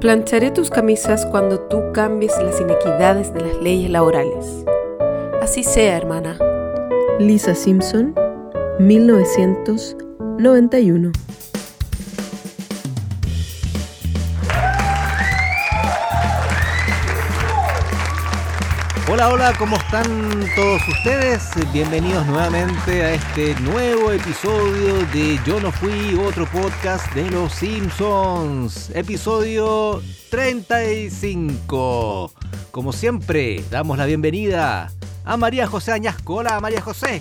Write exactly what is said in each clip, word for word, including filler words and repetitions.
Plancharé tus camisas cuando tú cambies las inequidades de las leyes laborales. Así sea, hermana. Lisa Simpson, mil novecientos noventa y uno. Hola, hola, ¿cómo están todos ustedes? Bienvenidos nuevamente a este nuevo episodio de Yo no fui, otro podcast de Los Simpsons. Episodio treinta y cinco. Como siempre, damos la bienvenida a María José Añasco. Hola, María José.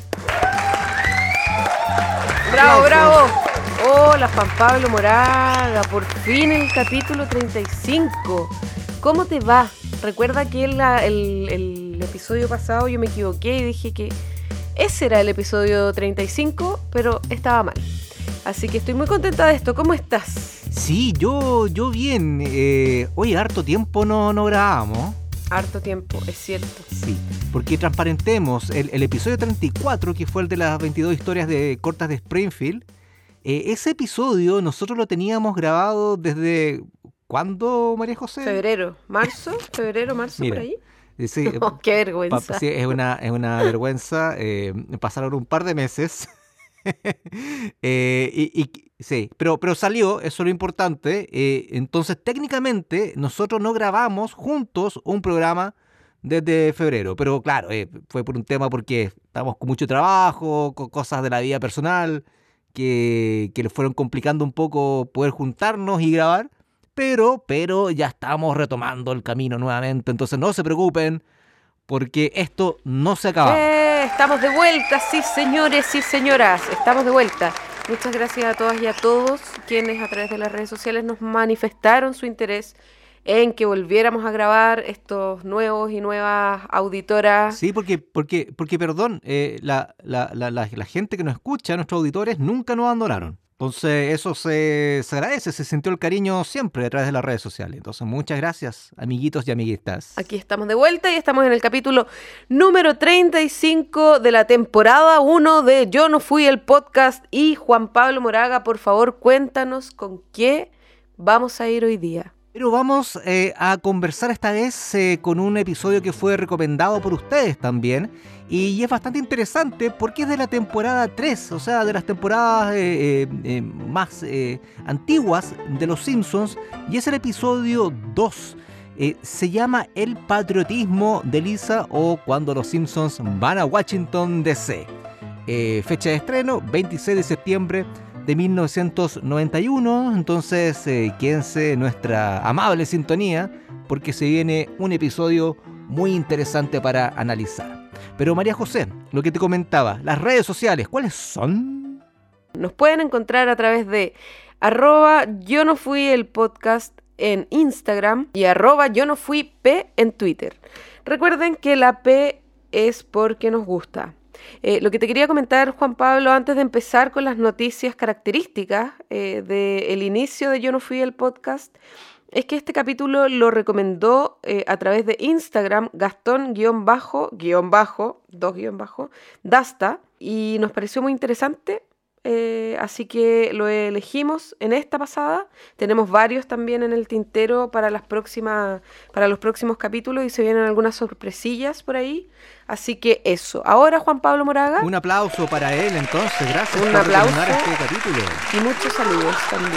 ¡Bravo, bravo! Hola, Juan Pablo Moraga. Por fin el capítulo treinta y cinco. ¿Cómo te va? Recuerda que el, el, el episodio pasado yo me equivoqué y dije que ese era el episodio treinta y cinco, pero estaba mal. Así que estoy muy contenta de esto. ¿Cómo estás? Sí, yo, yo bien. Eh, oye, harto tiempo no, no grabamos. Harto tiempo, es cierto. Sí, porque transparentemos, el, el episodio treinta y cuatro, que fue el de las veintidós historias de cortas de Springfield, eh, ese episodio nosotros lo teníamos grabado desde... ¿Cuándo, María José? Febrero, marzo, febrero, marzo, Mira, por ahí. Sí, Oh, qué vergüenza. Pa, sí, es una, es una vergüenza. Eh, pasaron un par de meses. eh, y, y sí, pero, pero salió, eso es lo importante. Eh, entonces, técnicamente, nosotros no grabamos juntos un programa desde febrero. Pero claro, eh, fue por un tema porque estábamos con mucho trabajo, con cosas de la vida personal que, que le fueron complicando un poco poder juntarnos y grabar. Pero, pero ya estamos retomando el camino nuevamente, entonces no se preocupen, porque esto no se acaba. Eh, estamos de vuelta, sí señores y señoras, estamos de vuelta. Muchas gracias a todas y a todos quienes a través de las redes sociales nos manifestaron su interés en que volviéramos a grabar estos nuevos y nuevas auditoras. Sí, porque, porque, porque perdón, eh, la, la, la, la, la gente que nos escucha, nuestros auditores, nunca nos abandonaron. Entonces eso se, se agradece, se sintió el cariño siempre a través de las redes sociales. Entonces muchas gracias, amiguitos y amiguitas. Aquí estamos de vuelta y estamos en el capítulo número treinta y cinco de la temporada uno de Yo no fui el podcast. Y Juan Pablo Moraga, por favor, cuéntanos con qué vamos a ir hoy día. Pero vamos eh, a conversar esta vez eh, con un episodio que fue recomendado por ustedes también. Y es bastante interesante porque es de la temporada tres, o sea, de las temporadas eh, eh, más eh, antiguas de Los Simpsons. Y es el episodio dos. Eh, se llama El patriotismo de Lisa, o Cuando los Simpsons van a Washington, D C Eh, fecha de estreno, veintiséis de septiembre de mil novecientos noventa y uno. Entonces eh, quédense en nuestra amable sintonía porque se viene un episodio muy interesante para analizar. Pero María José, lo que te comentaba, las redes sociales, ¿cuáles son? Nos pueden encontrar a través de arroba yo no fui el podcast en Instagram y arroba yo no fui P en Twitter. Recuerden que la P es porque nos gusta. Eh, lo que te quería comentar, Juan Pablo, antes de empezar con las noticias características eh, del inicio de Yo no fui el podcast, es que este capítulo lo recomendó eh, a través de Instagram Gastón guión bajo, guión bajo, dos guión bajo, Dasta, y nos pareció muy interesante, eh, así que lo elegimos en esta pasada. Tenemos varios también en el tintero para las próximas, para los próximos capítulos y se vienen algunas sorpresillas por ahí. Así que eso. Ahora, Juan Pablo Moraga. Un aplauso para él, entonces. Gracias un por aplauso recomendar este capítulo. Y muchos saludos también.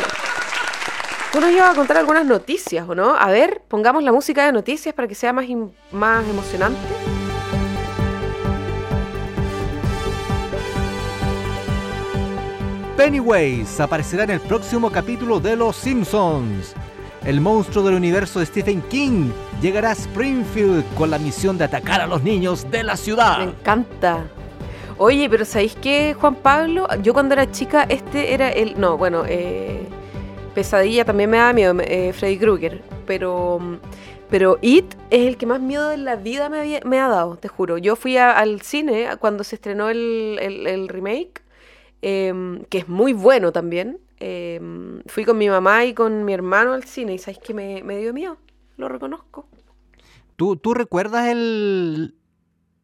Tú nos ibas a contar algunas noticias, ¿o no? A ver, pongamos la música de noticias para que sea más, in- más emocionante. Pennywise aparecerá en el próximo capítulo de Los Simpsons. El monstruo del universo de Stephen King llegará a Springfield con la misión de atacar a los niños de la ciudad. Me encanta. Oye, pero ¿sabéis qué, Juan Pablo? Yo cuando era chica, este era el... No, bueno, eh, Pesadilla también me da miedo, eh, Freddy Krueger. Pero, pero It es el que más miedo en la vida me, había, me ha dado, te juro. Yo fui a, al cine cuando se estrenó el, el, el remake, eh, que es muy bueno también. Eh, fui con mi mamá y con mi hermano al cine y ¿sabéis que me, me dio miedo? Lo reconozco. ¿Tú, tú recuerdas el,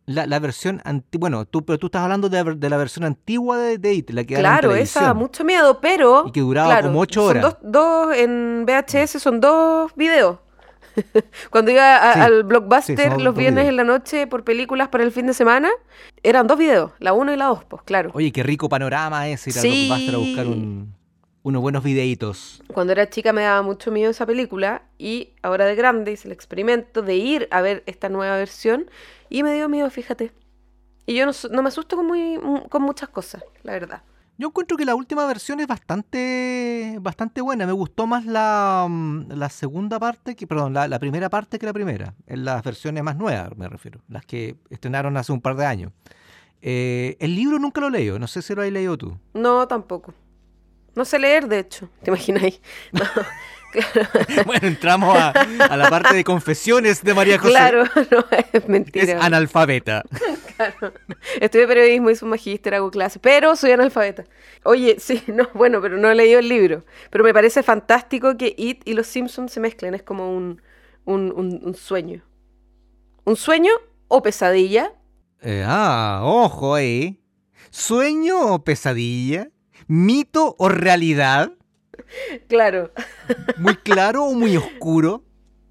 La, la versión antigua, bueno, tú, pero tú estás hablando de, de la versión antigua de, de It, la que era en Claro, televisión. esa da mucho miedo, pero... Y que duraba claro, como ocho son horas. Dos, dos en V H S son dos videos. Cuando iba a- Sí, al sí, Blockbuster son los dos viernes videos. en la noche por películas para el fin de semana, eran dos videos, la uno y la dos, pues claro. Oye, qué rico panorama ese, ir al Sí. Blockbuster a buscar un, unos buenos videitos. Cuando era chica me daba mucho miedo esa película y ahora de grande hice el experimento de ir a ver esta nueva versión y me dio miedo, fíjate. Y yo no, su- no me asusto con, muy, con muchas cosas, la verdad. Yo encuentro que la última versión es bastante bastante buena. Me gustó más la, mm, la segunda parte, que perdón, la, la primera parte que la primera. En las versiones más nuevas, me refiero. Las que estrenaron hace un par de años. Eh, el libro nunca lo leo. No sé si lo has leído tú. No, tampoco. No sé leer, de hecho, ¿te imagináis? No, claro. Bueno, entramos a, a la parte de confesiones de María José. Claro, no, es Es mentira. analfabeta. Claro. Estudié periodismo, hice un magíster, hago clases, pero soy analfabeta. Oye, sí, no, bueno, pero no he leído el libro. Pero me parece fantástico que It y los Simpsons se mezclen. Es como un, un, un, un sueño. ¿Un sueño o pesadilla? Eh, ah, ojo ahí. ¿Sueño o pesadilla? ¿Mito o realidad? Claro, ¿Muy claro o muy oscuro?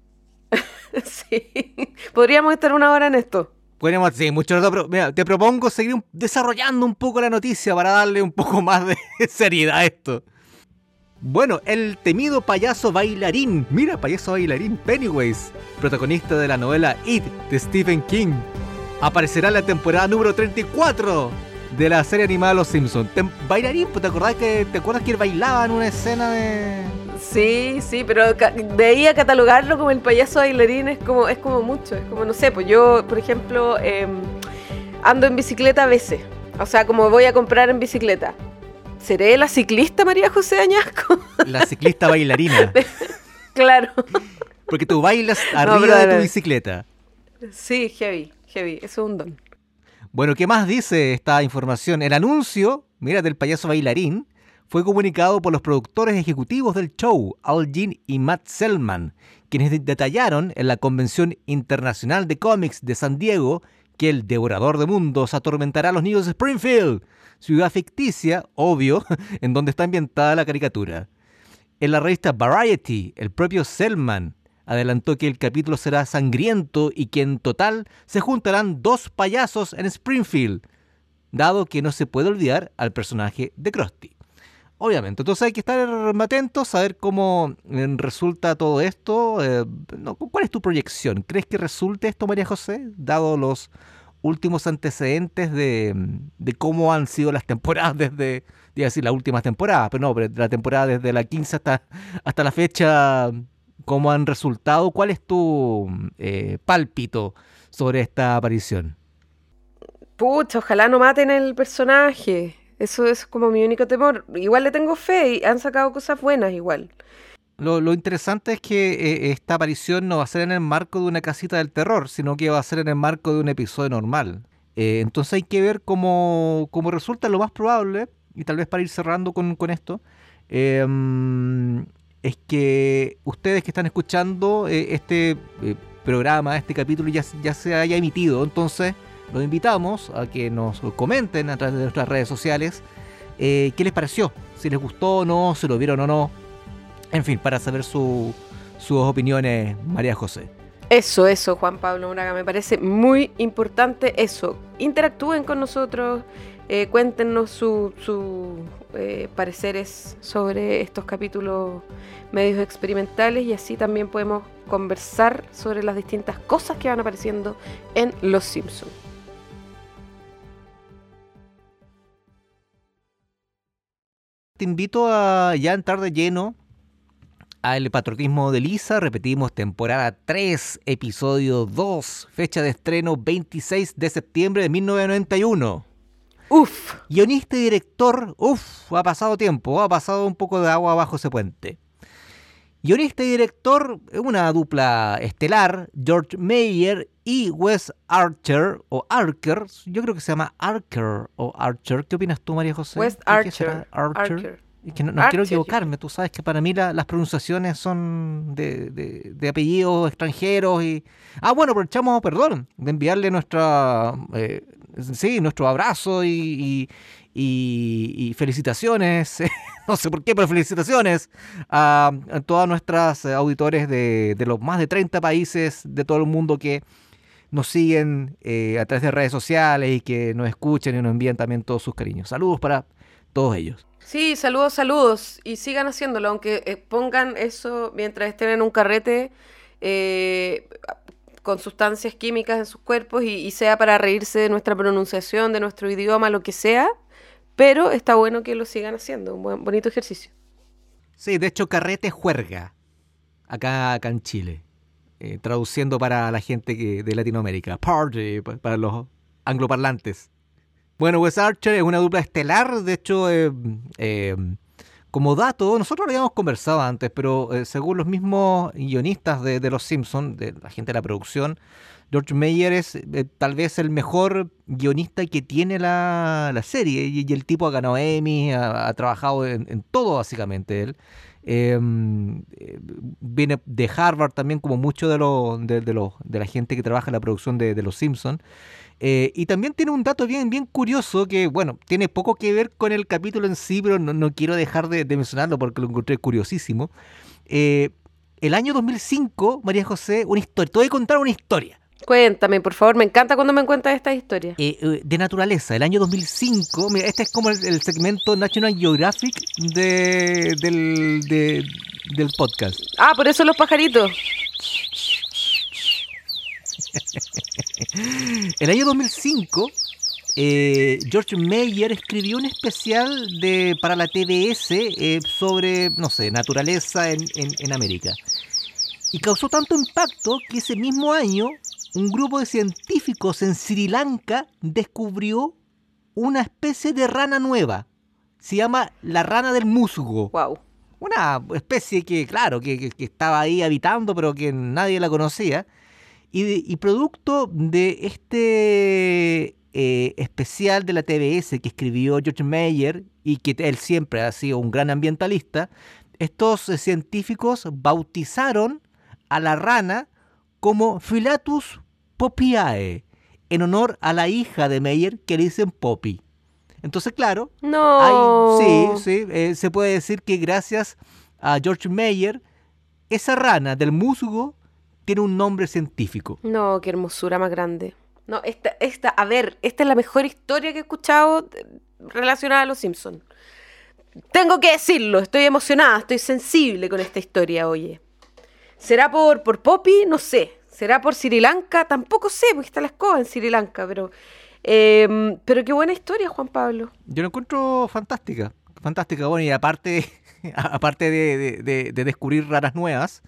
sí. Podríamos estar una hora en esto. Podríamos, sí, mucho rato, pero mira, te propongo seguir un- desarrollando un poco la noticia para darle un poco más de seriedad a esto. Bueno, el temido payaso bailarín, mira, payaso bailarín, Pennywise, protagonista de la novela It de Stephen King, aparecerá en la temporada número treinta y cuatro de la serie animada Los Simpsons. Tem- bailarín, pues, ¿te acordás que, te acuerdas que él bailaba en una escena de...? Sí, sí, pero ca- de ahí a catalogarlo como el payaso bailarín es como, es como mucho. Es como, no sé, pues yo, por ejemplo, eh, ando en bicicleta a veces. O sea, como voy a comprar en bicicleta. ¿Seré la ciclista María José Añasco? La ciclista bailarina, Claro. porque tú bailas No, arriba pero de tu ahora- bicicleta. Sí, heavy, heavy. Eso es un don. Bueno, ¿qué más dice esta información? El anuncio, mira, del payaso bailarín, fue comunicado por los productores ejecutivos del show, Al Jean y Matt Selman, quienes de- detallaron en la Convención Internacional de Cómics de San Diego que el devorador de mundos atormentará a los niños de Springfield, ciudad ficticia, obvio, en donde está ambientada la caricatura. En la revista Variety, el propio Selman adelantó que el capítulo será sangriento y que en total se juntarán dos payasos en Springfield, dado que no se puede olvidar al personaje de Krusty. Obviamente, entonces hay que estar atentos a ver cómo eh, resulta todo esto. Eh, no, ¿cuál es tu proyección? ¿Crees que resulte esto, María José, dado los últimos antecedentes de, de cómo han sido las temporadas desde, iba a decir las últimas temporadas, pero no, pero la temporada desde la quince hasta, hasta la fecha, cómo han resultado? ¿Cuál es tu eh, pálpito sobre esta aparición? Pucha, ojalá no maten el personaje. Eso es como mi único temor. Igual le tengo fe y han sacado cosas buenas igual. Lo, lo interesante es que eh, esta aparición no va a ser en el marco de una casita del terror, sino que va a ser en el marco de un episodio normal. Eh, entonces hay que ver cómo, cómo resulta. Lo más probable, y tal vez para ir cerrando con, con esto, eh, es que ustedes que están escuchando eh, este eh, programa, este capítulo ya, ya se haya emitido. Entonces los invitamos a que nos comenten a través de nuestras redes sociales eh, qué les pareció, si les gustó o no, si lo vieron o no. En fin, para saber su, sus opiniones, María José. Eso, eso, Juan Pablo Moraga, me parece muy importante eso. Interactúen con nosotros, eh, cuéntenos sus su, eh, pareceres sobre estos capítulos medios experimentales y así también podemos conversar sobre las distintas cosas que van apareciendo en Los Simpsons. Te invito a ya entrar de lleno al patriotismo de Lisa. Repetimos, temporada tres, episodio dos, fecha de estreno veintiséis de septiembre de mil novecientos noventa y uno. Uf, Guionista y director, uff, ha pasado tiempo, ha pasado un poco de agua bajo ese puente. Guionista y director, una dupla estelar, George Meyer y Wes Archer, o Archer, yo creo que se llama Archer o Archer. ¿Qué opinas tú, María José? Wes ¿Qué Archer, será Archer. Archer. Es que no, no quiero Archer, equivocarme, tú sabes que para mí la- las pronunciaciones son de, de- de apellidos extranjeros y... Ah, bueno, aprovechamos, perdón, de enviarle nuestra... eh, sí, nuestro abrazo y, y- y- y felicitaciones, no sé por qué, pero felicitaciones a, a todas nuestras eh, auditores de, de los más de treinta países de todo el mundo que nos siguen eh, a través de redes sociales y que nos escuchen y nos envían también todos sus cariños. Saludos para todos ellos. Sí, saludos, saludos. Y sigan haciéndolo, aunque eh, pongan eso mientras estén en un carrete eh, con sustancias químicas en sus cuerpos y, y sea para reírse de nuestra pronunciación, de nuestro idioma, lo que sea. Pero está bueno que lo sigan haciendo, un buen, bonito ejercicio. Sí, de hecho, carrete es juerga acá, acá en Chile. Eh, traduciendo para la gente que, de Latinoamérica. Party, pa- para los angloparlantes. Bueno, Wes Archer es una dupla estelar. De hecho, eh, eh, como dato, nosotros lo habíamos conversado antes, pero eh, según los mismos guionistas de, de Los Simpsons, de la gente de la producción, George Meyer es eh, tal vez el mejor guionista que tiene la, la serie. Y, y el tipo ha ganado Emmy, ha, ha trabajado en, en todo básicamente él. Eh, eh, Viene de Harvard también, como mucho de, lo, de, de, lo- de la gente que trabaja en la producción de, de Los Simpsons. Eh, y también tiene un dato bien, bien curioso que, bueno, tiene poco que ver con el capítulo en sí, pero no, no quiero dejar de, de mencionarlo porque lo encontré curiosísimo. Eh, el año dos mil cinco, María José, una historia. Te voy a contar una historia Cuéntame, por favor, me encanta cuando me cuentas esta historia. eh, eh, de naturaleza. El año dos mil cinco, mira, este es como el, el segmento National Geographic de, del, de- del podcast. Ah, por eso los pajaritos. El año dos mil cinco, eh, George Meyer escribió un especial de, para la T B S eh, sobre, no sé, naturaleza en, en- en América. Y causó tanto impacto que ese mismo año un grupo de científicos en Sri Lanka descubrió una especie de rana nueva. Se llama la rana del musgo. Wow. Una especie que, claro, que, que- que estaba ahí habitando, pero que nadie la conocía. Y, de- y producto de este eh, especial de la T B S que escribió George Meyer y que él siempre ha sido un gran ambientalista, estos eh, científicos bautizaron a la rana como Philatus poppiae, en honor a la hija de Meyer que le dicen Poppy. Entonces, claro, hay, No. sí, sí, eh, se puede decir que gracias a George Meyer, esa rana del musgo tiene un nombre científico. No, qué hermosura más grande. No, esta, esta, a ver, esta es la mejor historia que he escuchado eh, relacionada a los Simpsons. Tengo que decirlo, estoy emocionada, estoy sensible con esta historia, oye. ¿Será por, por Poppy? No sé. ¿Será por Sri Lanka? Tampoco sé, porque está la escoba en Sri Lanka, pero... eh, pero qué buena historia, Juan Pablo. Yo la encuentro fantástica, fantástica. Bueno, y aparte, aparte de, de- de- de descubrir raras nuevas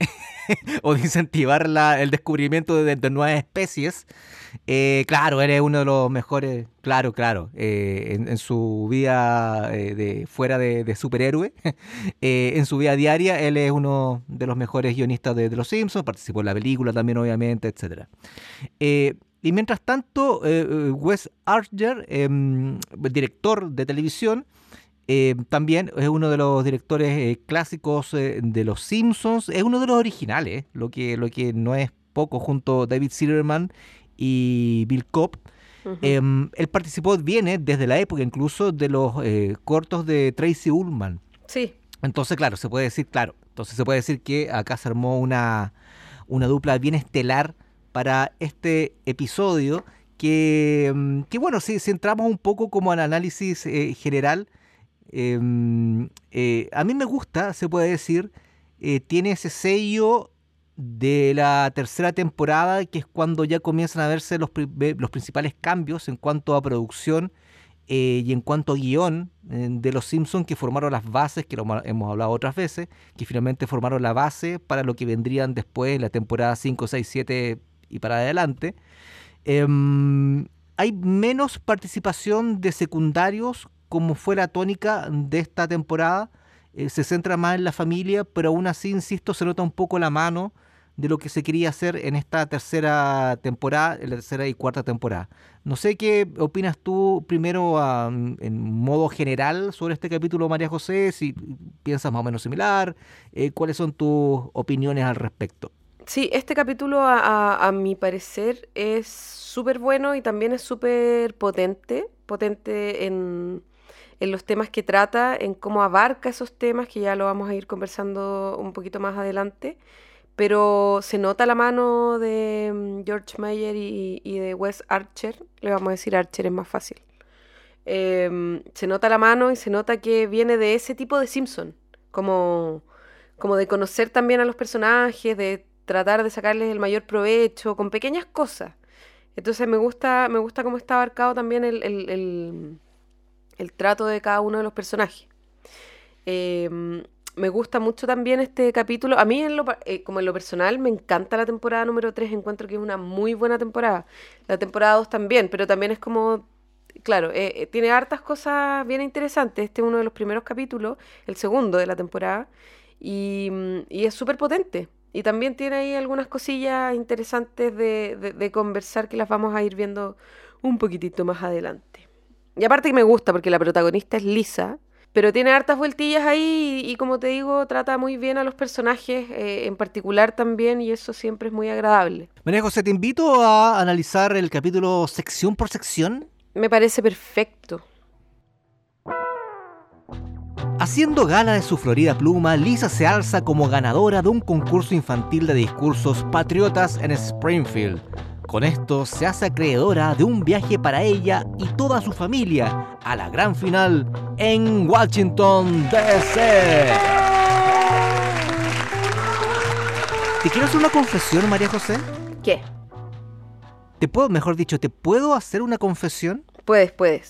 o de incentivar la- el descubrimiento de, de nuevas especies, eh, claro, eres uno de los mejores, claro, claro, eh, en, en su vida eh, de fuera de, de superhéroe, eh, en su vida diaria, él es uno de los mejores guionistas de, de Los Simpsons, participó en la película también, obviamente, etcétera. Eh, y mientras tanto, eh, eh, Wes Archer, em, director de televisión, eh, también es uno de los directores eh, clásicos eh, de Los Simpsons, es uno de los originales, lo que, lo que no es poco, junto a David Silverman y Bill Cobb. Ujú. Em, él participó, viene desde la época incluso de los eh, cortos de Tracy Ullman. Sí. Entonces, claro, se puede decir, claro, entonces se puede decir que acá se armó una, una dupla bien estelar para este episodio que, mm, que bueno, si, si entramos un poco como al análisis eh, general, eh, eh, a mí me gusta, se puede decir, eh, tiene ese sello de la tercera temporada, que es cuando ya comienzan a verse los, pri- ve- los principales cambios en cuanto a producción eh, y en cuanto a guión eh, de Los Simpsons, que formaron las bases, que lo hemos hemos hablado otras veces, que finalmente formaron la base para lo que vendrían después en la temporada cinco, seis, siete y para adelante. Em, hay menos participación de secundarios, como fue la tónica de esta temporada. Eh, se centra más en la familia, pero aún así, insisto, se nota un poco la mano de lo que se quería hacer en esta tercera temporada, en la tercera y cuarta temporada. No sé qué opinas tú primero um, en modo general sobre este capítulo, María José, si piensas más o menos similar, eh, cuáles son tus opiniones al respecto. Sí, este capítulo a, a, a mi parecer es súper bueno y también es súper potente, potente en, en los temas que trata, en cómo abarca esos temas, que ya lo vamos a ir conversando un poquito más adelante, pero se nota la mano de mm, George Meyer y, y de Wes Archer, le vamos a decir Archer, es más fácil. Em, se nota la mano y se nota que viene de ese tipo de Simpson, como, como de conocer también a los personajes, de tratar de sacarles el mayor provecho con pequeñas cosas. Entonces me gusta, me gusta cómo está abarcado también el, el, el, el trato de cada uno de los personajes. Eh, me gusta mucho también este capítulo. A mí, en lo, eh, como en lo personal, me encanta la temporada número tres. Encuentro que es una muy buena temporada. La temporada dos también, pero también es como... Claro, eh, eh, tiene hartas cosas bien interesantes. Este es uno de los primeros capítulos, el segundo de la temporada, y, y es súper potente. Y también tiene ahí algunas cosillas interesantes de, de, de conversar que las vamos a ir viendo un poquitito más adelante. Y aparte que me gusta porque la protagonista es Lisa, pero tiene hartas vueltillas ahí y, y como te digo, trata muy bien a los personajes eh, en particular también, y eso siempre es muy agradable. María José, te invito a analizar el capítulo sección por sección. Me parece perfecto. Haciendo gala de su florida pluma, Lisa se alza como ganadora de un concurso infantil de discursos patriotas en Springfield. Con esto se hace acreedora de un viaje para ella y toda su familia a la gran final en Washington, D C ¿Te quiero hacer una confesión, María José? ¿Qué? ¿Te puedo, mejor dicho, ¿te puedo hacer una confesión? Puedes, puedes.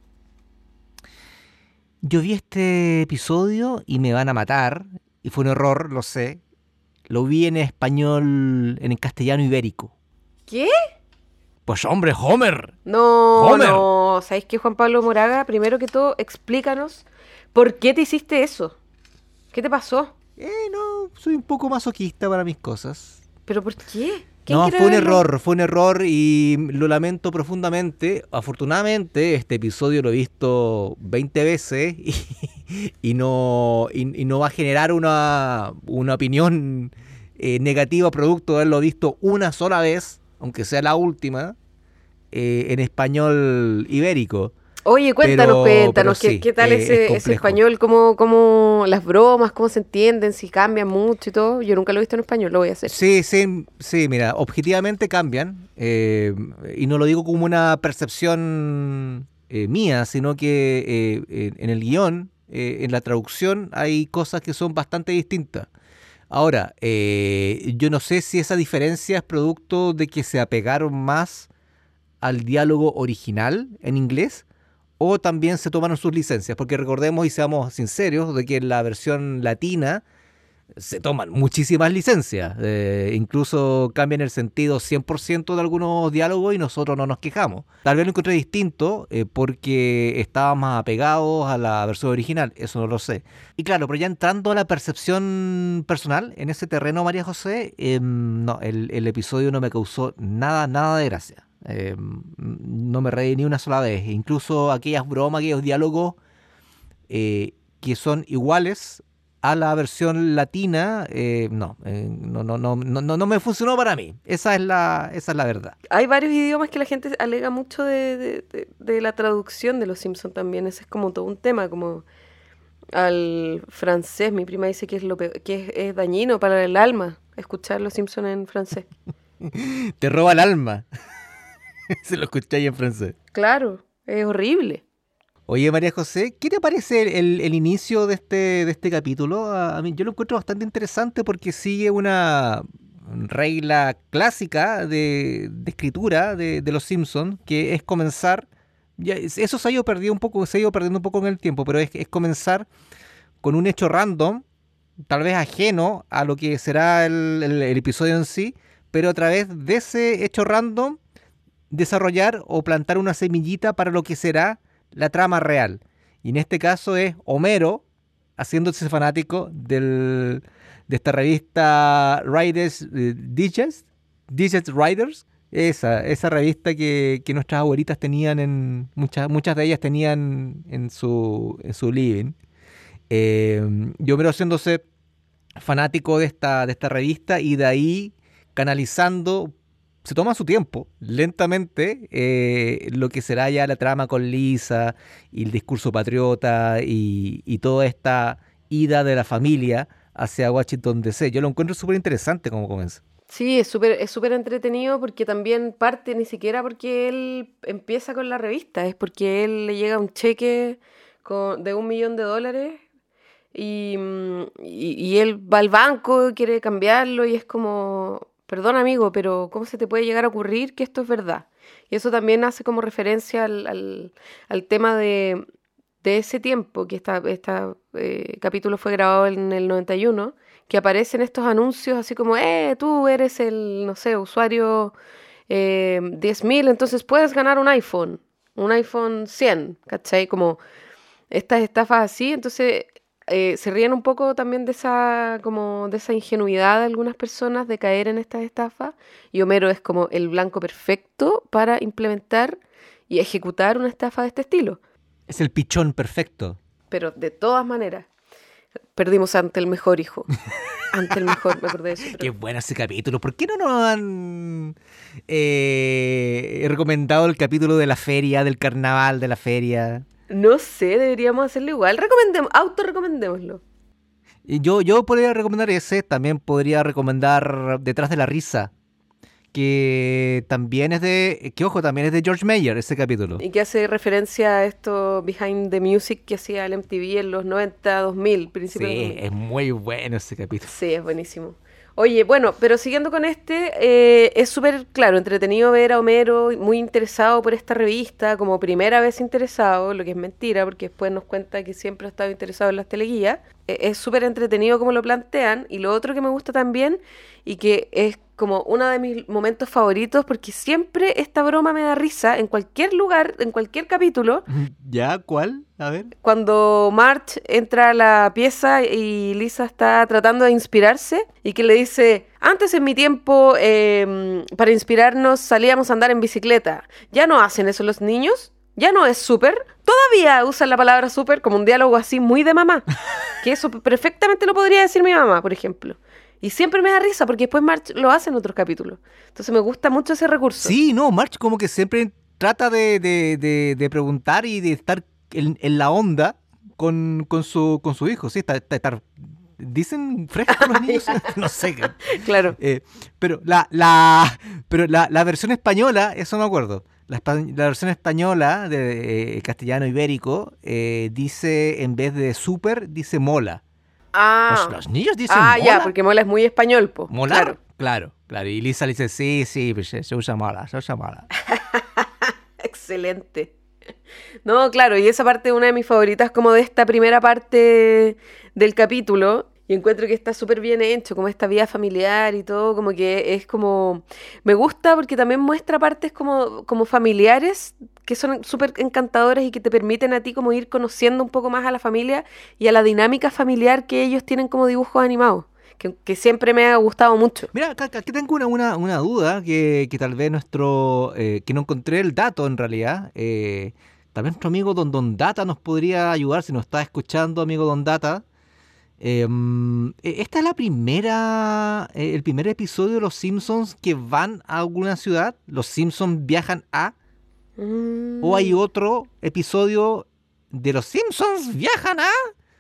Yo vi este episodio y me van a matar, y fue un error, lo sé. Lo vi en español, en el castellano ibérico. ¿Qué? Pues hombre, Homer. No, Homer. no. ¿Sabéis qué, Juan Pablo Moraga? Primero que todo, explícanos por qué te hiciste eso. ¿Qué te pasó? Eh, no, soy un poco masoquista para mis cosas. ¿Pero por qué? ¿Quién No, quiere fue un verlo? error, fue un error y lo lamento profundamente. Afortunadamente, este episodio lo he visto veinte veces y, y, no, y, y no va a generar una, una opinión eh, negativa producto de haberlo visto una sola vez, aunque sea la última, eh, en español ibérico. Oye, cuéntanos, Pero- cuéntanos, pero ¿qué, sí, qué tal eh, es ese, ese complejo. español? ¿Cómo, cómo las bromas, cómo se entienden, si cambian mucho y todo? Yo nunca lo he visto en español, lo voy a hacer. Sí, sí, sí, mira, objetivamente cambian, eh, y no lo digo como una percepción eh, mía, sino que eh, eh, en el guión, eh, en la traducción, hay cosas que son bastante distintas. Ahora, eh, yo no sé si esa diferencia es producto de que se apegaron más al diálogo original en inglés o también se tomaron sus licencias, porque recordemos y seamos sinceros de que en la versión latina se toman muchísimas licencias, eh, incluso cambian el sentido cien por ciento de algunos diálogos y nosotros no nos quejamos. Tal vez lo encontré distinto eh, porque estábamos más apegados a la versión original, eso no lo sé. Y claro, pero ya entrando a la percepción personal, en ese terreno, María José, eh, no, el, el episodio no me causó nada, nada de gracia. Eh, no me reí ni una sola vez, incluso aquellas bromas, aquellos diálogos eh, que son iguales a la versión latina, eh, no, eh, no, no, no, no, no, no me funcionó para mí. Esa es la, esa es la verdad. Hay varios idiomas que la gente alega mucho de, de, de, de la traducción de Los Simpsons también. Ese es como todo un tema, como al francés. Mi prima dice que es, lo peor, que es, es dañino para el alma escuchar Los Simpsons en francés. Te roba el alma. Se lo escucháis en francés. Claro, es horrible. Oye, María José, ¿qué te parece el, el- el inicio de este, de este capítulo? A, a mí yo lo encuentro bastante interesante porque sigue una regla clásica de, de escritura de, de Los Simpsons, que es comenzar, ya, es- eso se ha ido perdiendo un poco, se ha ido perdiendo un poco en el tiempo, pero es, es comenzar con un hecho random, tal vez ajeno a lo que será el, el- el episodio en sí, pero a través de ese hecho random desarrollar o plantar una semillita para lo que será la trama real. Y en este caso es Homero haciéndose fanático del, de esta revista Riders eh, Digest, Digest Riders, esa, esa revista que, que nuestras abuelitas tenían en, muchas, muchas de ellas tenían en su, en su living. Eh, yo me lo haciéndose fanático de esta, de esta revista y de ahí canalizando, se toma su tiempo, lentamente, eh, lo que será ya la trama con Lisa y el discurso patriota y, y toda esta ida de la familia hacia Washington D C. Yo lo encuentro súper interesante como comienza. Sí, es súper es súper entretenido porque también parte ni siquiera porque él empieza con la revista, es porque él le llega un cheque con, de un millón de dólares y, mm, y, y él va al banco, quiere cambiarlo y es como, perdón amigo, pero ¿cómo se te puede llegar a ocurrir que esto es verdad? Y eso también hace como referencia al, al, al tema de, de ese tiempo, que este esta, eh, capítulo fue grabado en el noventa y uno, que aparecen estos anuncios así como, eh, tú eres el, no sé, usuario eh, diez mil, entonces puedes ganar un iPhone, un iPhone cien, ¿cachai? Como estas estafas así, entonces eh, se ríen un poco también de esa, como de esa ingenuidad de algunas personas de caer en estas estafas, y Homero es como el blanco perfecto para implementar y ejecutar una estafa de este estilo. Es el pichón perfecto. Pero de todas maneras, perdimos ante el mejor hijo. Ante el mejor, me acordé de eso. Pero... Qué bueno ese capítulo. ¿Por qué no nos han eh, recomendado el capítulo de la feria, del carnaval de la feria? No sé, deberíamos hacerlo igual. Recomendemos, autorrecomendémoslo. Yo, yo podría recomendar ese. También podría recomendar Detrás de la Risa, que también es de, que ojo, también es de George Meyer, ese capítulo. Y que hace referencia a esto Behind the Music que hacía el M T V en los noventa, dos mil, principios de Sí, dos mil. es muy bueno ese capítulo. Sí, es buenísimo. Oye, bueno, pero siguiendo con este, eh, es súper, claro, entretenido ver a Homero muy interesado por esta revista, como primera vez interesado, lo que es mentira, porque después nos cuenta que siempre ha estado interesado en las teleguías. Eh, es súper entretenido como lo plantean, y lo otro que me gusta también, y que es como uno de mis momentos favoritos, porque siempre esta broma me da risa, en cualquier lugar, en cualquier capítulo. ¿Ya? ¿Cuál? A ver. Cuando Marge entra a la pieza y Lisa está tratando de inspirarse y que le dice, antes en mi tiempo eh, para inspirarnos salíamos a andar en bicicleta. ¿Ya no hacen eso los niños? ¿Ya no es súper? Todavía usan la palabra súper como un diálogo así muy de mamá. Que eso perfectamente lo podría decir mi mamá, por ejemplo. Y siempre me da risa porque después Marge lo hace en otros capítulos. Entonces me gusta mucho ese recurso. Sí, no, Marge como que siempre trata de, de, de, de preguntar y de estar en, en la onda con, con, su, con su hijo. Sí, está, está, está, ¿dicen frescos los niños? No sé. Claro. Eh, pero la, la, pero la, la versión española, eso me acuerdo. La, la versión española de eh, castellano ibérico eh, dice, en vez de súper, dice mola. Ah, Los, los niños dicen ah mola. ya, porque mola es muy español, po. ¿Molar? Claro. Claro, claro. Y Lisa le dice, sí, sí, pues, se usa mola, se usa mola. Excelente. No, claro, y esa parte es una de mis favoritas como de esta primera parte del capítulo. Y encuentro que está súper bien hecho, como esta vida familiar y todo, como que es como... Me gusta porque también muestra partes como, como familiares que son súper encantadoras y que te permiten a ti como ir conociendo un poco más a la familia y a la dinámica familiar que ellos tienen como dibujos animados, que, que siempre me ha gustado mucho. Mira, acá, aquí tengo una, una, una duda que, que tal vez nuestro... Eh, que no encontré el dato en realidad. Eh, tal vez nuestro amigo Don Don Data nos podría ayudar si nos está escuchando, amigo Don Data. Eh, esta es la primera, eh, el primer episodio de Los Simpsons que van a alguna ciudad. Los Simpsons viajan a... Mm. ¿O hay otro episodio de Los Simpsons viajan a...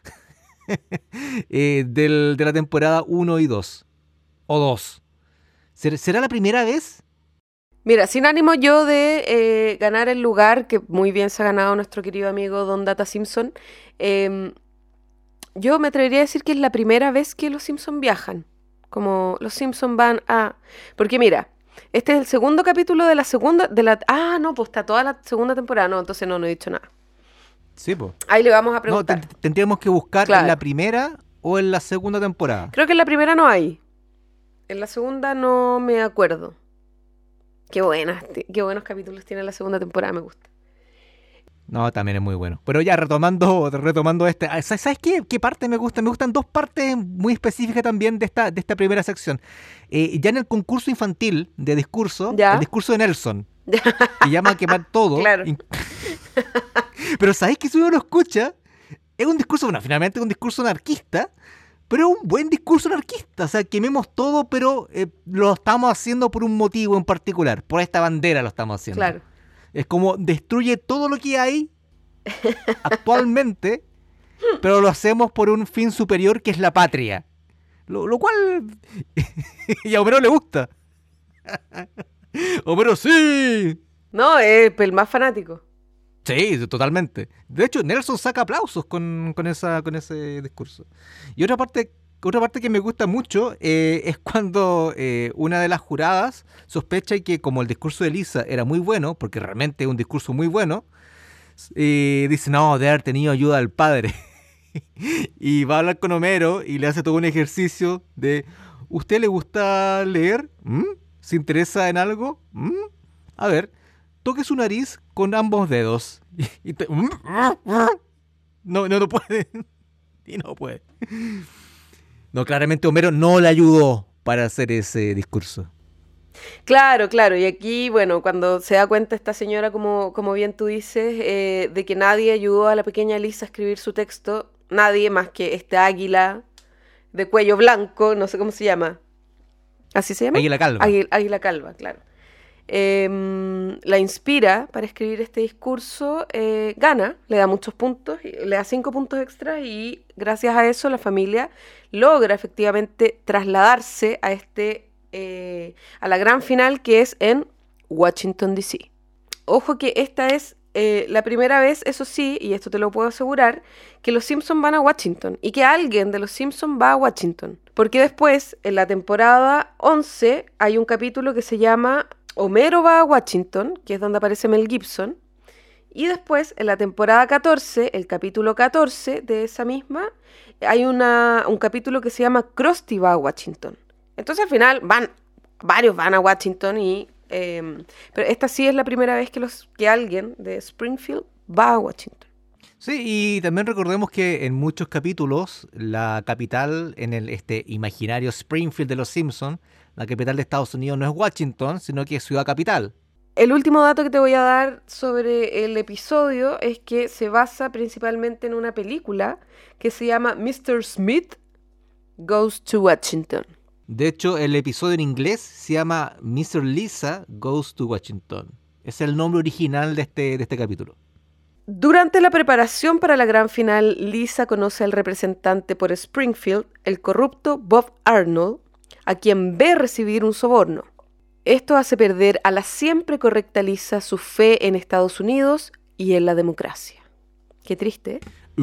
eh, del, de la temporada uno y dos? ¿O dos? ¿Será la primera vez? Mira, sin ánimo yo de eh, ganar el lugar, que muy bien se ha ganado nuestro querido amigo Don Data Simpson, eh, yo me atrevería a decir que es la primera vez que los Simpsons viajan. Como los Simpsons van a... Porque mira, este es el segundo capítulo de la segunda... de la Ah, no, pues está toda la segunda temporada. No, entonces no, no he dicho nada. Sí, pues. Ahí le vamos a No, preguntar. ten- tendríamos que buscar Claro. en la primera o en la segunda temporada. Creo que en la primera no hay. En la segunda no me acuerdo. Qué buenas, qué buenos capítulos tiene la segunda temporada, me gusta. No, también es muy bueno. Pero ya retomando, retomando este, ¿sabes qué? ¿Qué parte me gusta? Me gustan dos partes muy específicas también de esta, de esta primera sección. Eh, ya en el concurso infantil de discurso, ¿Ya? el discurso de Nelson, que llama a quemar todo. Claro. Pero ¿sabes que si uno lo escucha? Es un discurso, bueno, finalmente es un discurso anarquista, pero es un buen discurso anarquista. O sea, quememos todo, pero eh, lo estamos haciendo por un motivo en particular. Por esta bandera lo estamos haciendo. Claro. Es como destruye todo lo que hay actualmente, pero lo hacemos por un fin superior que es la patria. Lo, lo cual y a Homero le gusta. Homero sí. No, es el más fanático. Sí, totalmente. De hecho, Nelson saca aplausos con, con, esa, con ese discurso. Y otra parte, otra parte que me gusta mucho eh, es cuando eh, una de las juradas sospecha que como el discurso de Lisa era muy bueno, porque realmente es un discurso muy bueno, eh, dice, no, de haber tenido ayuda del padre. Y va a hablar con Homero y le hace todo un ejercicio de, ¿usted le gusta leer? ¿Mm? ¿Se interesa en algo? ¿Mm? A ver, toque su nariz con ambos dedos. Y te... No, no, no puede. Y no puede. No, claramente Homero no le ayudó para hacer ese discurso. Claro, claro. Y aquí, bueno, cuando se da cuenta esta señora, como, como bien tú dices, eh, de que nadie ayudó a la pequeña Lisa a escribir su texto, nadie más que este águila de cuello blanco, no sé cómo se llama. ¿Así se llama? Águila calva. Águila, águila calva, claro. Eh, la inspira para escribir este discurso, eh, gana, le da muchos puntos, le da cinco puntos extras y gracias a eso la familia logra efectivamente trasladarse a este eh, a la gran final que es en Washington D C. Ojo que esta es eh, la primera vez, eso sí, y esto te lo puedo asegurar, que los Simpsons van a Washington y que alguien de los Simpsons va a Washington, porque después en la temporada once hay un capítulo que se llama Homero va a Washington, que es donde aparece Mel Gibson, y después en la temporada catorce, el capítulo catorce de esa misma, hay una, un capítulo que se llama Krusty va a Washington. Entonces al final van, varios van a Washington, y eh, pero esta sí es la primera vez que, los, que alguien de Springfield va a Washington. Sí, y también recordemos que en muchos capítulos la capital en el este imaginario Springfield de los Simpsons, la capital de Estados Unidos no es Washington, sino que es Ciudad Capital. El último dato que te voy a dar sobre el episodio es que se basa principalmente en una película que se llama mister Smith Goes to Washington. De hecho, el episodio en inglés se llama mister Lisa Goes to Washington. Es el nombre original de este, de este capítulo. Durante la preparación para la gran final, Lisa conoce al representante por Springfield, el corrupto Bob Arnold, a quien ve recibir un soborno. Esto hace perder a la siempre correcta Lisa su fe en Estados Unidos y en la democracia. Qué triste, ¿eh?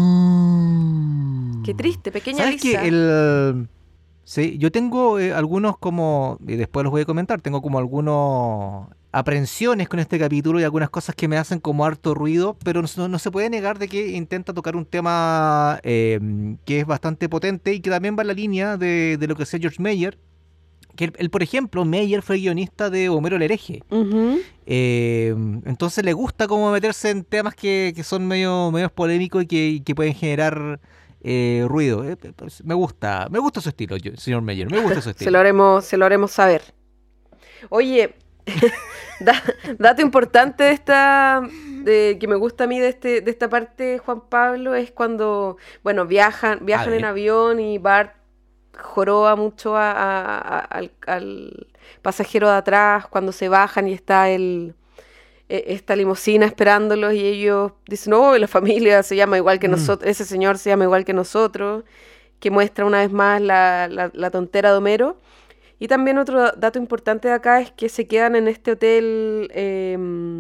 Uh. Qué triste, pequeña ¿Sabes Lisa. que el... Sí, yo tengo eh, algunos como, y después los voy a comentar, tengo como algunos aprensiones con este capítulo y algunas cosas que me hacen como harto ruido, pero no, no se puede negar de que intenta tocar un tema eh, que es bastante potente y que también va en la línea de, de lo que hacía George Meyer, que él, él, por ejemplo, Meyer fue guionista de Homero el Hereje. Uh-huh. Eh, entonces le gusta como meterse en temas que, que son medio, medio polémicos y que, y que pueden generar eh, ruido. Eh, pues, me gusta, me gusta su estilo, yo, señor Meyer, me gusta su estilo. se lo haremos, se lo haremos saber. Oye, da, dato importante de esta, de, que me gusta a mí de este, de esta parte, Juan Pablo, es cuando, bueno, viajan, viajan en avión y Bart joroba mucho a, a, a, al, al pasajero de atrás cuando se bajan y está el esta limusina esperándolos y ellos dicen, oh, la familia se llama igual que mm. nosotros, ese señor se llama igual que nosotros, que muestra una vez más la, la, la tontera de Homero. Y también otro dato importante de acá es que se quedan en este hotel eh,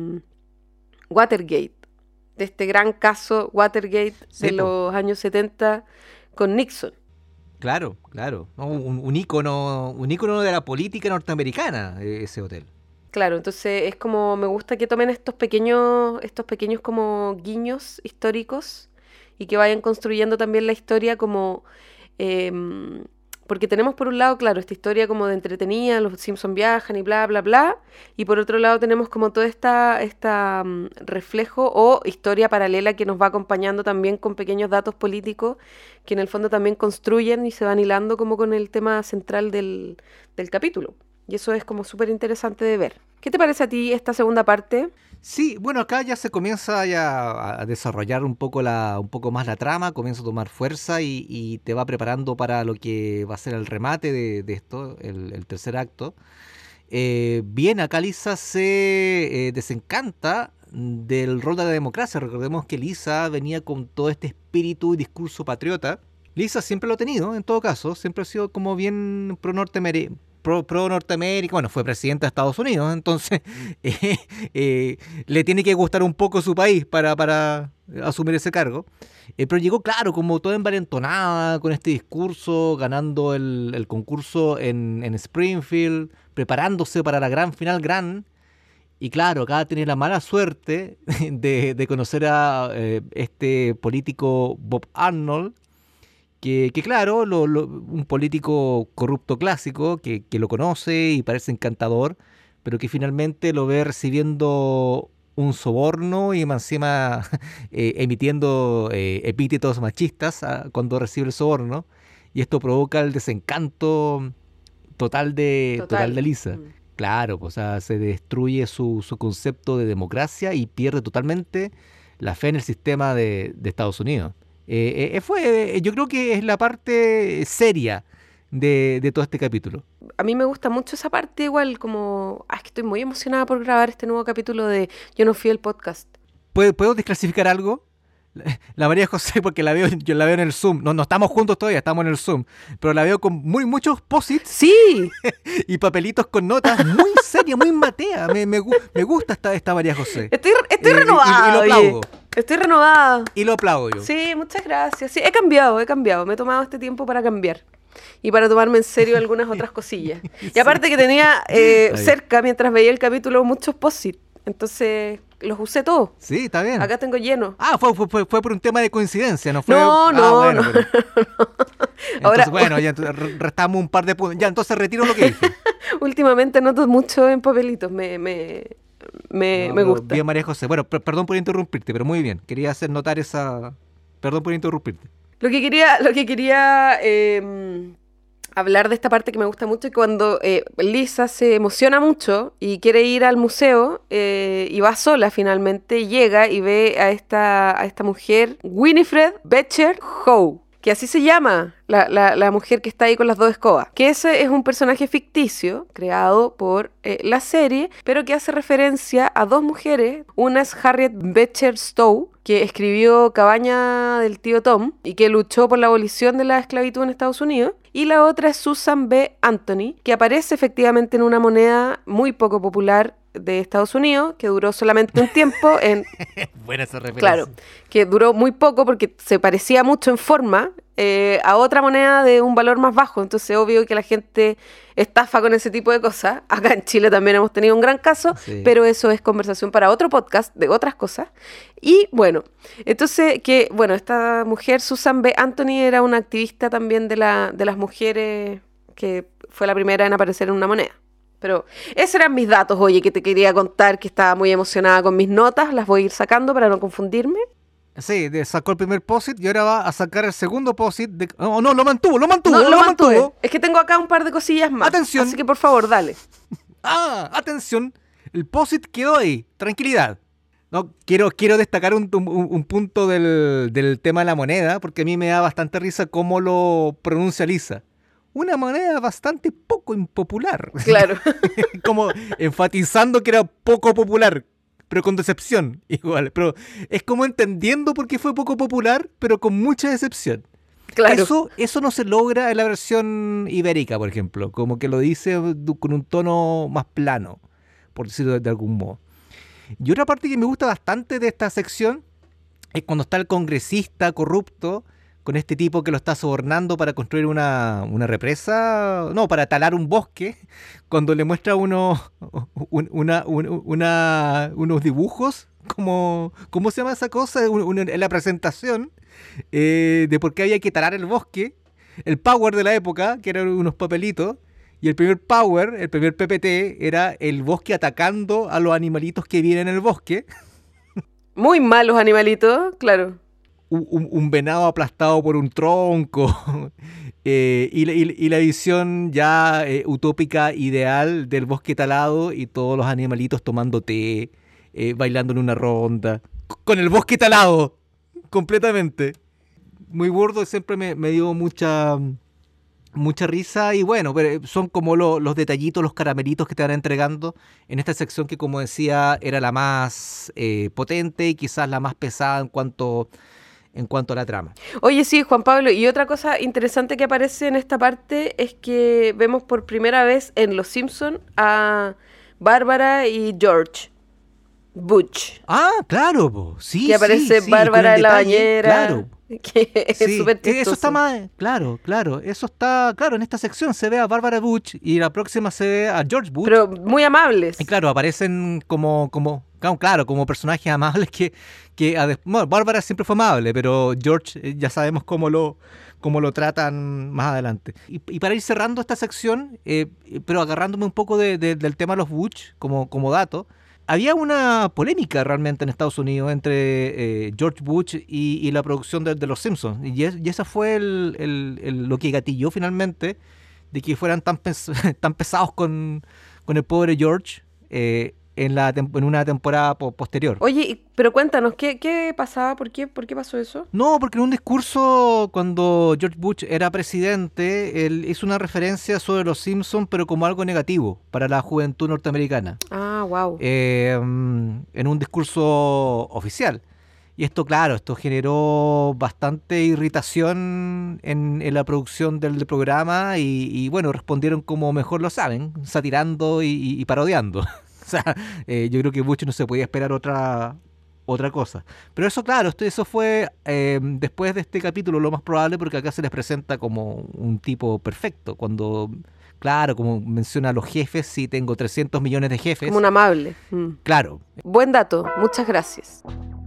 Watergate, de este gran caso Watergate sí, de po. los años setenta con Nixon. Claro, claro. Un, un, ícono, un ícono de la política norteamericana, ese hotel. Claro, entonces es como, me gusta que tomen estos pequeños, estos pequeños como guiños históricos y que vayan construyendo también la historia como, eh, Porque tenemos por un lado, claro, esta historia como de entretenida, los Simpsons viajan y bla, bla, bla, y por otro lado tenemos como todo esta, esta um, reflejo o historia paralela que nos va acompañando también con pequeños datos políticos que en el fondo también construyen y se van hilando como con el tema central del, del capítulo. Y eso es como súper interesante de ver. ¿Qué te parece a ti esta segunda parte? Sí, bueno, acá ya se comienza ya a desarrollar un poco la, un poco más la trama, comienza a tomar fuerza y, y te va preparando para lo que va a ser el remate de, de esto, el, el tercer acto. Eh, bien, acá Lisa se eh, desencanta del rol de la democracia. Recordemos que Lisa venía con todo este espíritu y discurso patriota. Lisa siempre lo ha tenido, en todo caso, siempre ha sido como bien pro norteamericano. Pro, pro Norteamérica, bueno, fue presidenta de Estados Unidos, entonces eh, eh, le tiene que gustar un poco su país para, para asumir ese cargo. Eh, pero llegó, claro, como toda envalentonada con este discurso, ganando el, el concurso en, en Springfield, preparándose para la gran final gran. Y claro, acá tiene la mala suerte de, de conocer a eh, este político Bob Arnold, Que, que claro, lo, lo, un político corrupto clásico que, que lo conoce y parece encantador, pero que finalmente lo ve recibiendo un soborno y encima eh, emitiendo eh, epítetos machistas a, cuando recibe el soborno, y esto provoca el desencanto total de, total. total de Lisa. Mm. Claro, o sea, se destruye su, su concepto de democracia y pierde totalmente la fe en el sistema de, de Estados Unidos. Eh, eh, fue, yo creo que es la parte seria de, de todo este capítulo. A mí me gusta mucho esa parte, igual como, ah, es que estoy muy emocionada por grabar este nuevo capítulo de Yo no fui el podcast. ¿Puedo, ¿puedo desclasificar algo? La María José, porque la veo, yo la veo en el Zoom. No, no estamos juntos todavía, estamos en el Zoom. Pero la veo con muy muchos posits. ¡Sí! Y papelitos con notas muy serias, muy matea. Me, me, me gusta esta, esta María José. Estoy, estoy eh, renovada. Y, y lo aplaudo. Oye. Estoy renovada. Y lo aplaudo yo. Sí, muchas gracias. Sí, he cambiado, he cambiado. Me he tomado este tiempo para cambiar. Y para tomarme en serio algunas otras cosillas. Y aparte sí. que tenía eh, cerca, mientras veía el capítulo, muchos post-it. Entonces, los usé todos. Sí, está bien. Acá tengo lleno. Ah, fue, fue, fue, fue por un tema de coincidencia, ¿no fue? No, no, ah, bueno, no. Pero... Ahora, entonces, bueno, ya restamos un par de puntos. Ya, entonces retiro lo que dije. Últimamente noto mucho en papelitos. Me, me, me, no, me gusta. Bien, María José. Bueno, per- perdón por interrumpirte, pero muy bien. Quería hacer notar esa... Perdón por interrumpirte. Lo que quería... Lo que quería eh... hablar de esta parte que me gusta mucho, que cuando eh, Lisa se emociona mucho y quiere ir al museo eh, y va sola finalmente, llega y ve a esta, a esta mujer, Winifred Beecher Howe, que así se llama la, la, la mujer que está ahí con las dos escobas, que ese es un personaje ficticio creado por eh, la serie, pero que hace referencia a dos mujeres. Una es Harriet Beecher Stowe, que escribió Cabaña del tío Tom y que luchó por la abolición de la esclavitud en Estados Unidos. Y la otra es Susan B. Anthony, que aparece efectivamente en una moneda muy poco popular de Estados Unidos, que duró solamente un tiempo en... Buena esa referencia. Claro, que duró muy poco porque se parecía mucho en forma eh, a otra moneda de un valor más bajo. Entonces, obvio que la gente estafa con ese tipo de cosas. Acá en Chile también hemos tenido un gran caso, sí. Pero eso es conversación para otro podcast de otras cosas. Y bueno, entonces, que bueno, esta mujer, Susan B. Anthony, era una activista también de, la, de las mujeres que fue la primera en aparecer en una moneda. Pero esos eran mis datos, oye, que te quería contar, que estaba muy emocionada con mis notas. Las voy a ir sacando para no confundirme. Sí, sacó el primer post-it y ahora va a sacar el segundo post-it. De... No, no, lo mantuvo, lo mantuvo, no, lo, lo mantuvo. mantuve. Es que tengo acá un par de cosillas más. Atención. Así que por favor, dale. Ah, atención. El post-it quedó ahí. Tranquilidad. No, quiero, quiero destacar un, un, un punto del, del tema de la moneda, porque a mí me da bastante risa cómo lo pronuncia Lisa. Una moneda bastante poco impopular. Claro. Como enfatizando que era poco popular, pero con decepción igual. Pero es como entendiendo por qué fue poco popular, pero con mucha decepción. Claro. Eso, eso no se logra en la versión ibérica, por ejemplo. Como que lo dice con un tono más plano, por decirlo de, de algún modo. Y otra parte que me gusta bastante de esta sección es cuando está el congresista corrupto con este tipo que lo está sobornando para construir una, una represa, no, para talar un bosque, cuando le muestra uno, un, una, un, una, unos dibujos, como, ¿cómo se llama esa cosa? Un, un, en la presentación, eh, de por qué había que talar el bosque, el Power de la época, que eran unos papelitos, y el primer Power, el primer P P T, era el bosque atacando a los animalitos que vienen en el bosque. Muy malos animalitos, claro. Un, un, un venado aplastado por un tronco. eh, y, y, y la visión ya eh, utópica, ideal del bosque talado y todos los animalitos tomando té, eh, bailando en una ronda. Con el bosque talado, completamente. Muy burdo y siempre me, me dio mucha... mucha risa y bueno, pero son como lo, los detallitos, los caramelitos que te van entregando en esta sección que, como decía, era la más eh, potente y quizás la más pesada en cuanto, en cuanto a la trama. Oye, sí, Juan Pablo, y otra cosa interesante que aparece en esta parte es que vemos por primera vez en Los Simpson a Bárbara y George Butch. Ah, claro, po. Sí, que aparece sí, sí, Bárbara en la detalle, bañera. Claro. Que es Sí, súper chistoso. eso está más, claro, claro, eso está, claro, en esta sección se ve a Bárbara Butch y la próxima se ve a George Butch. Pero muy amables. Y claro, aparecen como, como, claro, como personajes amables que, que bueno, Bárbara siempre fue amable, pero George eh, ya sabemos cómo lo, cómo lo tratan más adelante. Y, y para ir cerrando esta sección, eh, pero agarrándome un poco de, de, del tema de los Butch como, como dato, había una polémica realmente en Estados Unidos entre eh, George Bush y, y la producción de, de Los Simpsons. Y, es, y esa fue el, el, el, lo que gatilló finalmente de que fueran tan, pes tan pesados con, con el pobre George eh, en, la en una temporada po posterior. Oye, pero cuéntanos, ¿qué, qué pasaba? ¿Por qué, ¿Por qué pasó eso? No, porque en un discurso cuando George Bush era presidente, él hizo una referencia sobre Los Simpsons, pero como algo negativo para la juventud norteamericana. Ah, wow. Eh, en un discurso oficial. Y esto, claro, esto generó bastante irritación en, en la producción del, del programa y, y, bueno, respondieron como mejor lo saben, satirando y, y, y parodiando. O sea, eh, yo creo que Bush no se podía esperar otra, otra cosa. Pero eso, claro, esto, eso fue eh, después de este capítulo lo más probable, porque acá se les presenta como un tipo perfecto. Cuando, claro, como menciona a los jefes, sí, tengo trescientos millones de jefes. Como un amable. Mm. Claro. Buen dato, muchas gracias.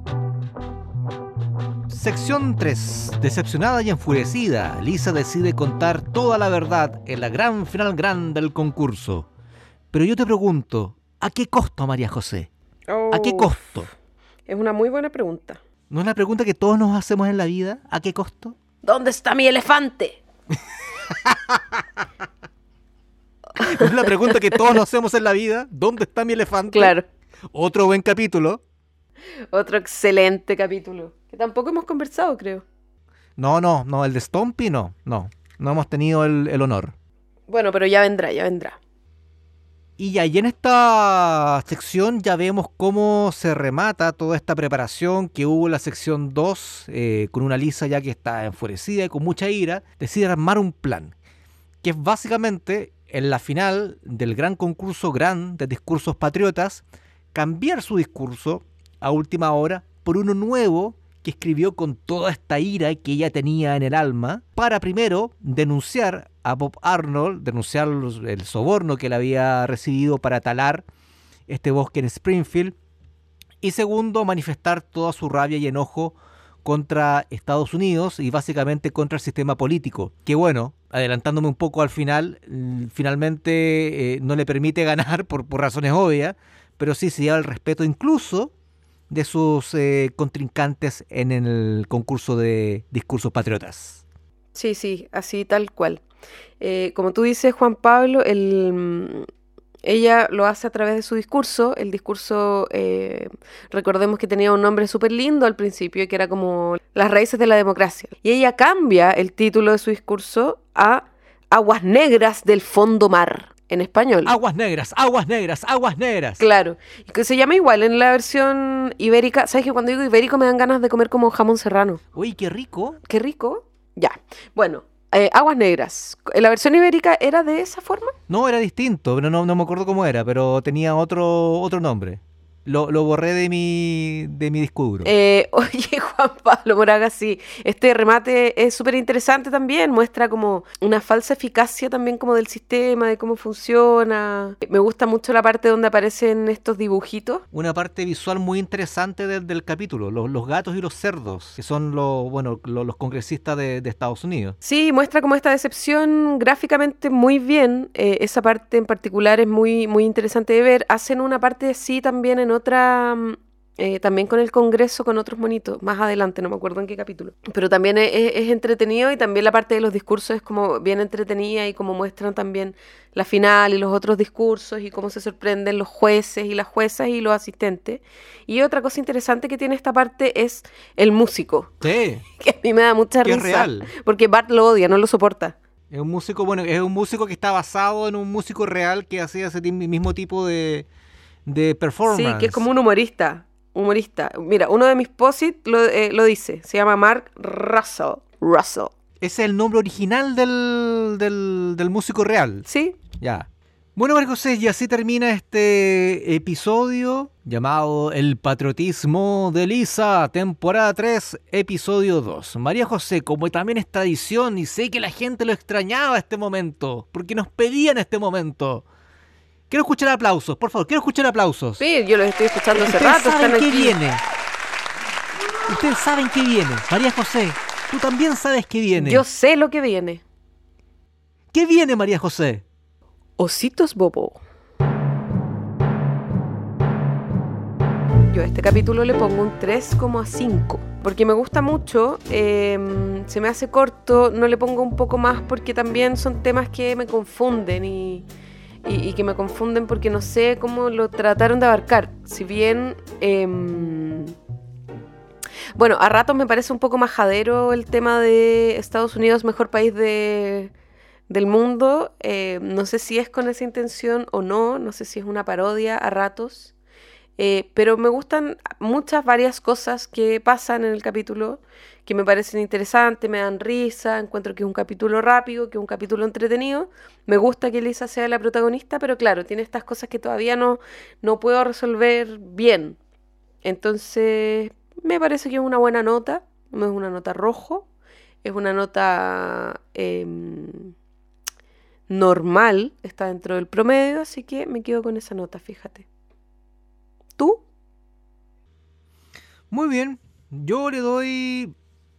Sección tres. Decepcionada y enfurecida, Lisa decide contar toda la verdad en la gran final grande del concurso. Pero yo te pregunto, ¿a qué costo, María José? Oh, ¿A qué costo? Es una muy buena pregunta. ¿No es la pregunta que todos nos hacemos en la vida? ¿A qué costo? ¿Dónde está mi elefante? ¿No es la pregunta que todos nos hacemos en la vida? ¿Dónde está mi elefante? Claro. Otro buen capítulo. Otro excelente capítulo. Que tampoco hemos conversado, creo. No, no, no, el de Stompy no, no. No hemos tenido el, el honor. Bueno, pero ya vendrá, ya vendrá. Y ya, y en esta sección ya vemos cómo se remata toda esta preparación que hubo en la sección dos, eh, con una Lisa ya que está enfurecida y con mucha ira, decide armar un plan, que es básicamente, en la final del gran concurso gran de discursos patriotas, cambiar su discurso a última hora por uno nuevo que escribió con toda esta ira que ella tenía en el alma, para primero denunciar a Bob Arnold, denunciar el soborno que él había recibido para talar este bosque en Springfield, y segundo, manifestar toda su rabia y enojo contra Estados Unidos y básicamente contra el sistema político, que bueno, adelantándome un poco al final, finalmente eh, no le permite ganar por, por razones obvias, pero sí se lleva el respeto incluso de sus eh, contrincantes en el concurso de discursos patriotas. Sí, sí, así tal cual. Eh, como tú dices, Juan Pablo, el, ella lo hace a través de su discurso. El discurso, eh, recordemos que tenía un nombre súper lindo al principio, que era como Las raíces de la democracia. Y ella cambia el título de su discurso a Aguas negras del fondo mar. En español. Aguas negras, aguas negras, aguas negras. Claro. Y que se llama igual en la versión ibérica. ¿Sabes que cuando digo ibérico me dan ganas de comer como jamón serrano? Uy, qué rico. Qué rico. Ya. Bueno, eh, aguas negras. ¿En la versión ibérica era de esa forma? No, era distinto, pero no, no me acuerdo cómo era, pero tenía otro, otro nombre. Lo, lo borré de mi, de mi disco duro. Eh, oye, Pablo Moraga, sí. Este remate es súper interesante también, muestra como una falsa eficacia también como del sistema, de cómo funciona. Me gusta mucho la parte donde aparecen estos dibujitos. Una parte visual muy interesante del, del capítulo, los, los gatos y los cerdos, que son los, bueno, los, los congresistas de, de Estados Unidos. Sí, muestra como esta decepción gráficamente muy bien. Eh, esa parte en particular es muy, muy interesante de ver. Hacen una parte así también en otra... Eh, también con el Congreso, con otros monitos, más adelante, no me acuerdo en qué capítulo. Pero también es, es entretenido y también la parte de los discursos es como bien entretenida y como muestran también la final y los otros discursos y cómo se sorprenden los jueces y las juezas y los asistentes. Y otra cosa interesante que tiene esta parte es el músico. Sí. Que a mí me da mucha Que risa. es real. Porque Bart lo odia, no lo soporta. Es un músico, bueno, es un músico que está basado en un músico real que hacía ese ti- mismo tipo de, de performance. Sí, que es como un humorista. Humorista. Mira, uno de mis posit lo, eh, lo dice. Se llama Mark Russell. Russell. Ese es el nombre original del, del, del músico real. ¿Sí? Ya. Bueno, María José, y así termina este episodio llamado El patriotismo de Lisa, temporada tres, episodio dos. María José, como también es tradición y sé que la gente lo extrañaba este momento, porque nos pedían este momento. Quiero escuchar aplausos, por favor, quiero escuchar aplausos. Sí, yo los estoy escuchando hace Ustedes rato. saben Están qué aquí. viene. Ustedes saben qué viene. María José, tú también sabes qué viene. Yo sé lo que viene. ¿Qué viene, María José? Ositos Bobo. Yo a este capítulo le pongo un tres coma cinco. Porque me gusta mucho, eh, se me hace corto, no le pongo un poco más porque también son temas que me confunden y... Y, y que me confunden porque no sé cómo lo trataron de abarcar. Si bien, eh, bueno, a ratos me parece un poco majadero el tema de Estados Unidos, mejor país de, del mundo. Eh, no sé si es con esa intención o no, no sé si es una parodia a ratos. Eh, pero me gustan muchas, varias cosas que pasan en el capítulo que me parecen interesantes, me dan risa, encuentro que es un capítulo rápido, que es un capítulo entretenido. Me gusta que Lisa sea la protagonista, pero claro, tiene estas cosas que todavía no, no puedo resolver bien. Entonces, me parece que es una buena nota, no es una nota rojo, es una nota eh, normal, está dentro del promedio, así que me quedo con esa nota, fíjate. ¿Tú? Muy bien, yo le doy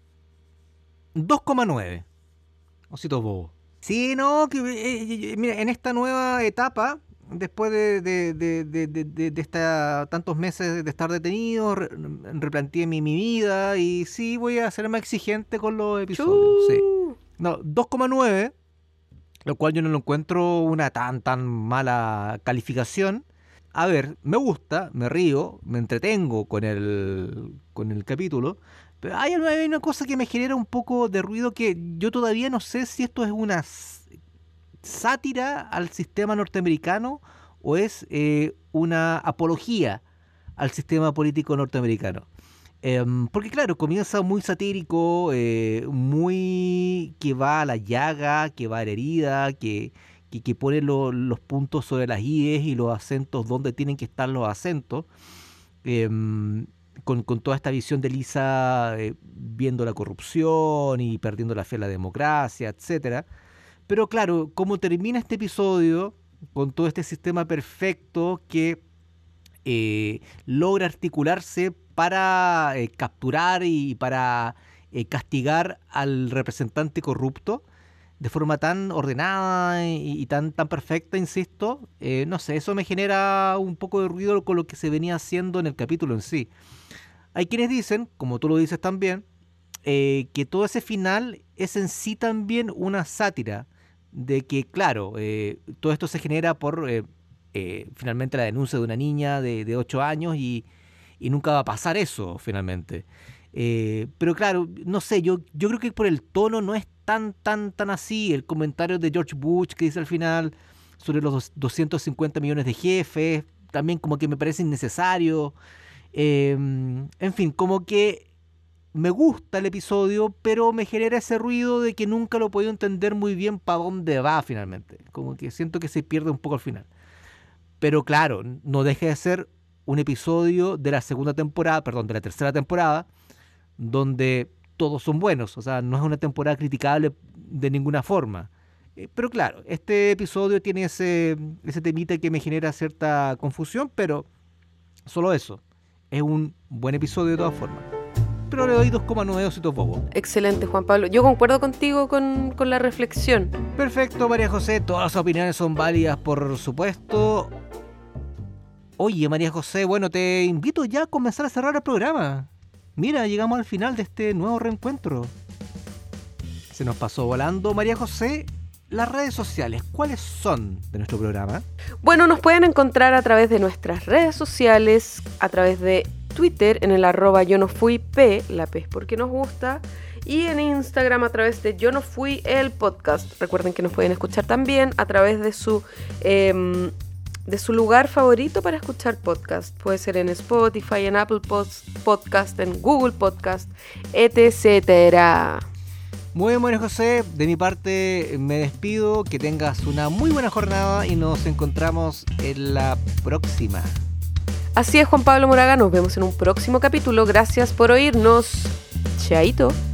dos coma nueve. Ositos bobos. Sí, no, que eh, eh, mira, en esta nueva etapa, después de, de, de, de, de, de, de esta, tantos meses de estar detenido, re, replanteé mi, mi vida y sí voy a ser más exigente con los episodios. Sí. No, dos coma nueve, lo cual yo no lo encuentro una tan, tan mala calificación. A ver, me gusta, me río, me entretengo con el, con el capítulo, pero hay una, hay una cosa que me genera un poco de ruido que yo todavía no sé si esto es una sátira al sistema norteamericano o es eh, una apología al sistema político norteamericano. Eh, porque claro, comienza muy satírico, eh, muy que va a la llaga, que va a la herida, que... Que, que pone lo, los puntos sobre las íes y los acentos donde tienen que estar los acentos, eh, con, con toda esta visión de Lisa eh, viendo la corrupción y perdiendo la fe en la democracia, etcétera. Pero claro, como termina este episodio con todo este sistema perfecto que eh, logra articularse para eh, capturar y para eh, castigar al representante corrupto, de forma tan ordenada y, y tan, tan perfecta, insisto, eh, no sé, eso me genera un poco de ruido con lo que se venía haciendo en el capítulo en sí. Hay quienes dicen, como tú lo dices también, eh, que todo ese final es en sí también una sátira, de que, claro, eh, todo esto se genera por eh, eh, finalmente la denuncia de una niña de, de ocho años y, y nunca va a pasar eso, finalmente. Eh, pero claro, no sé, yo, yo creo que por el tono no es tan, tan, tan así. El comentario de George Bush que dice al final sobre los doscientos cincuenta millones de jefes, también como que me parece innecesario. Eh, en fin, como que me gusta el episodio, pero me genera ese ruido de que nunca lo he podido entender muy bien para dónde va finalmente. Como que siento que se pierde un poco al final. Pero claro, no deja de ser un episodio de la segunda temporada, perdón, de la tercera temporada, donde todos son buenos, o sea, no es una temporada criticable de ninguna forma. Eh, pero claro, este episodio tiene ese, ese temita que me genera cierta confusión, pero solo eso. Es un buen episodio de todas formas. Pero le doy dos coma nueve ositos bobos. Excelente, Juan Pablo. Yo concuerdo contigo con, con la reflexión. Perfecto, María José. Todas las opiniones son válidas, por supuesto. Oye, María José, bueno, te invito ya a comenzar a cerrar el programa. Mira, llegamos al final de este nuevo reencuentro. Se nos pasó volando, María José. Las redes sociales, ¿cuáles son de nuestro programa? Bueno, nos pueden encontrar a través de nuestras redes sociales, a través de Twitter en el arroba yo no fui P, la P es porque nos gusta, y en Instagram a través de yo no fui el podcast. Recuerden que nos pueden escuchar también a través de su eh, de su lugar favorito para escuchar podcast. Puede ser en Spotify, en Apple Podcast, en Google Podcast, etcétera. Muy bien, María José, de mi parte me despido, que tengas una muy buena jornada y nos encontramos en la próxima. Así es, Juan Pablo Moraga, nos vemos en un próximo capítulo. Gracias por oírnos. Chaito.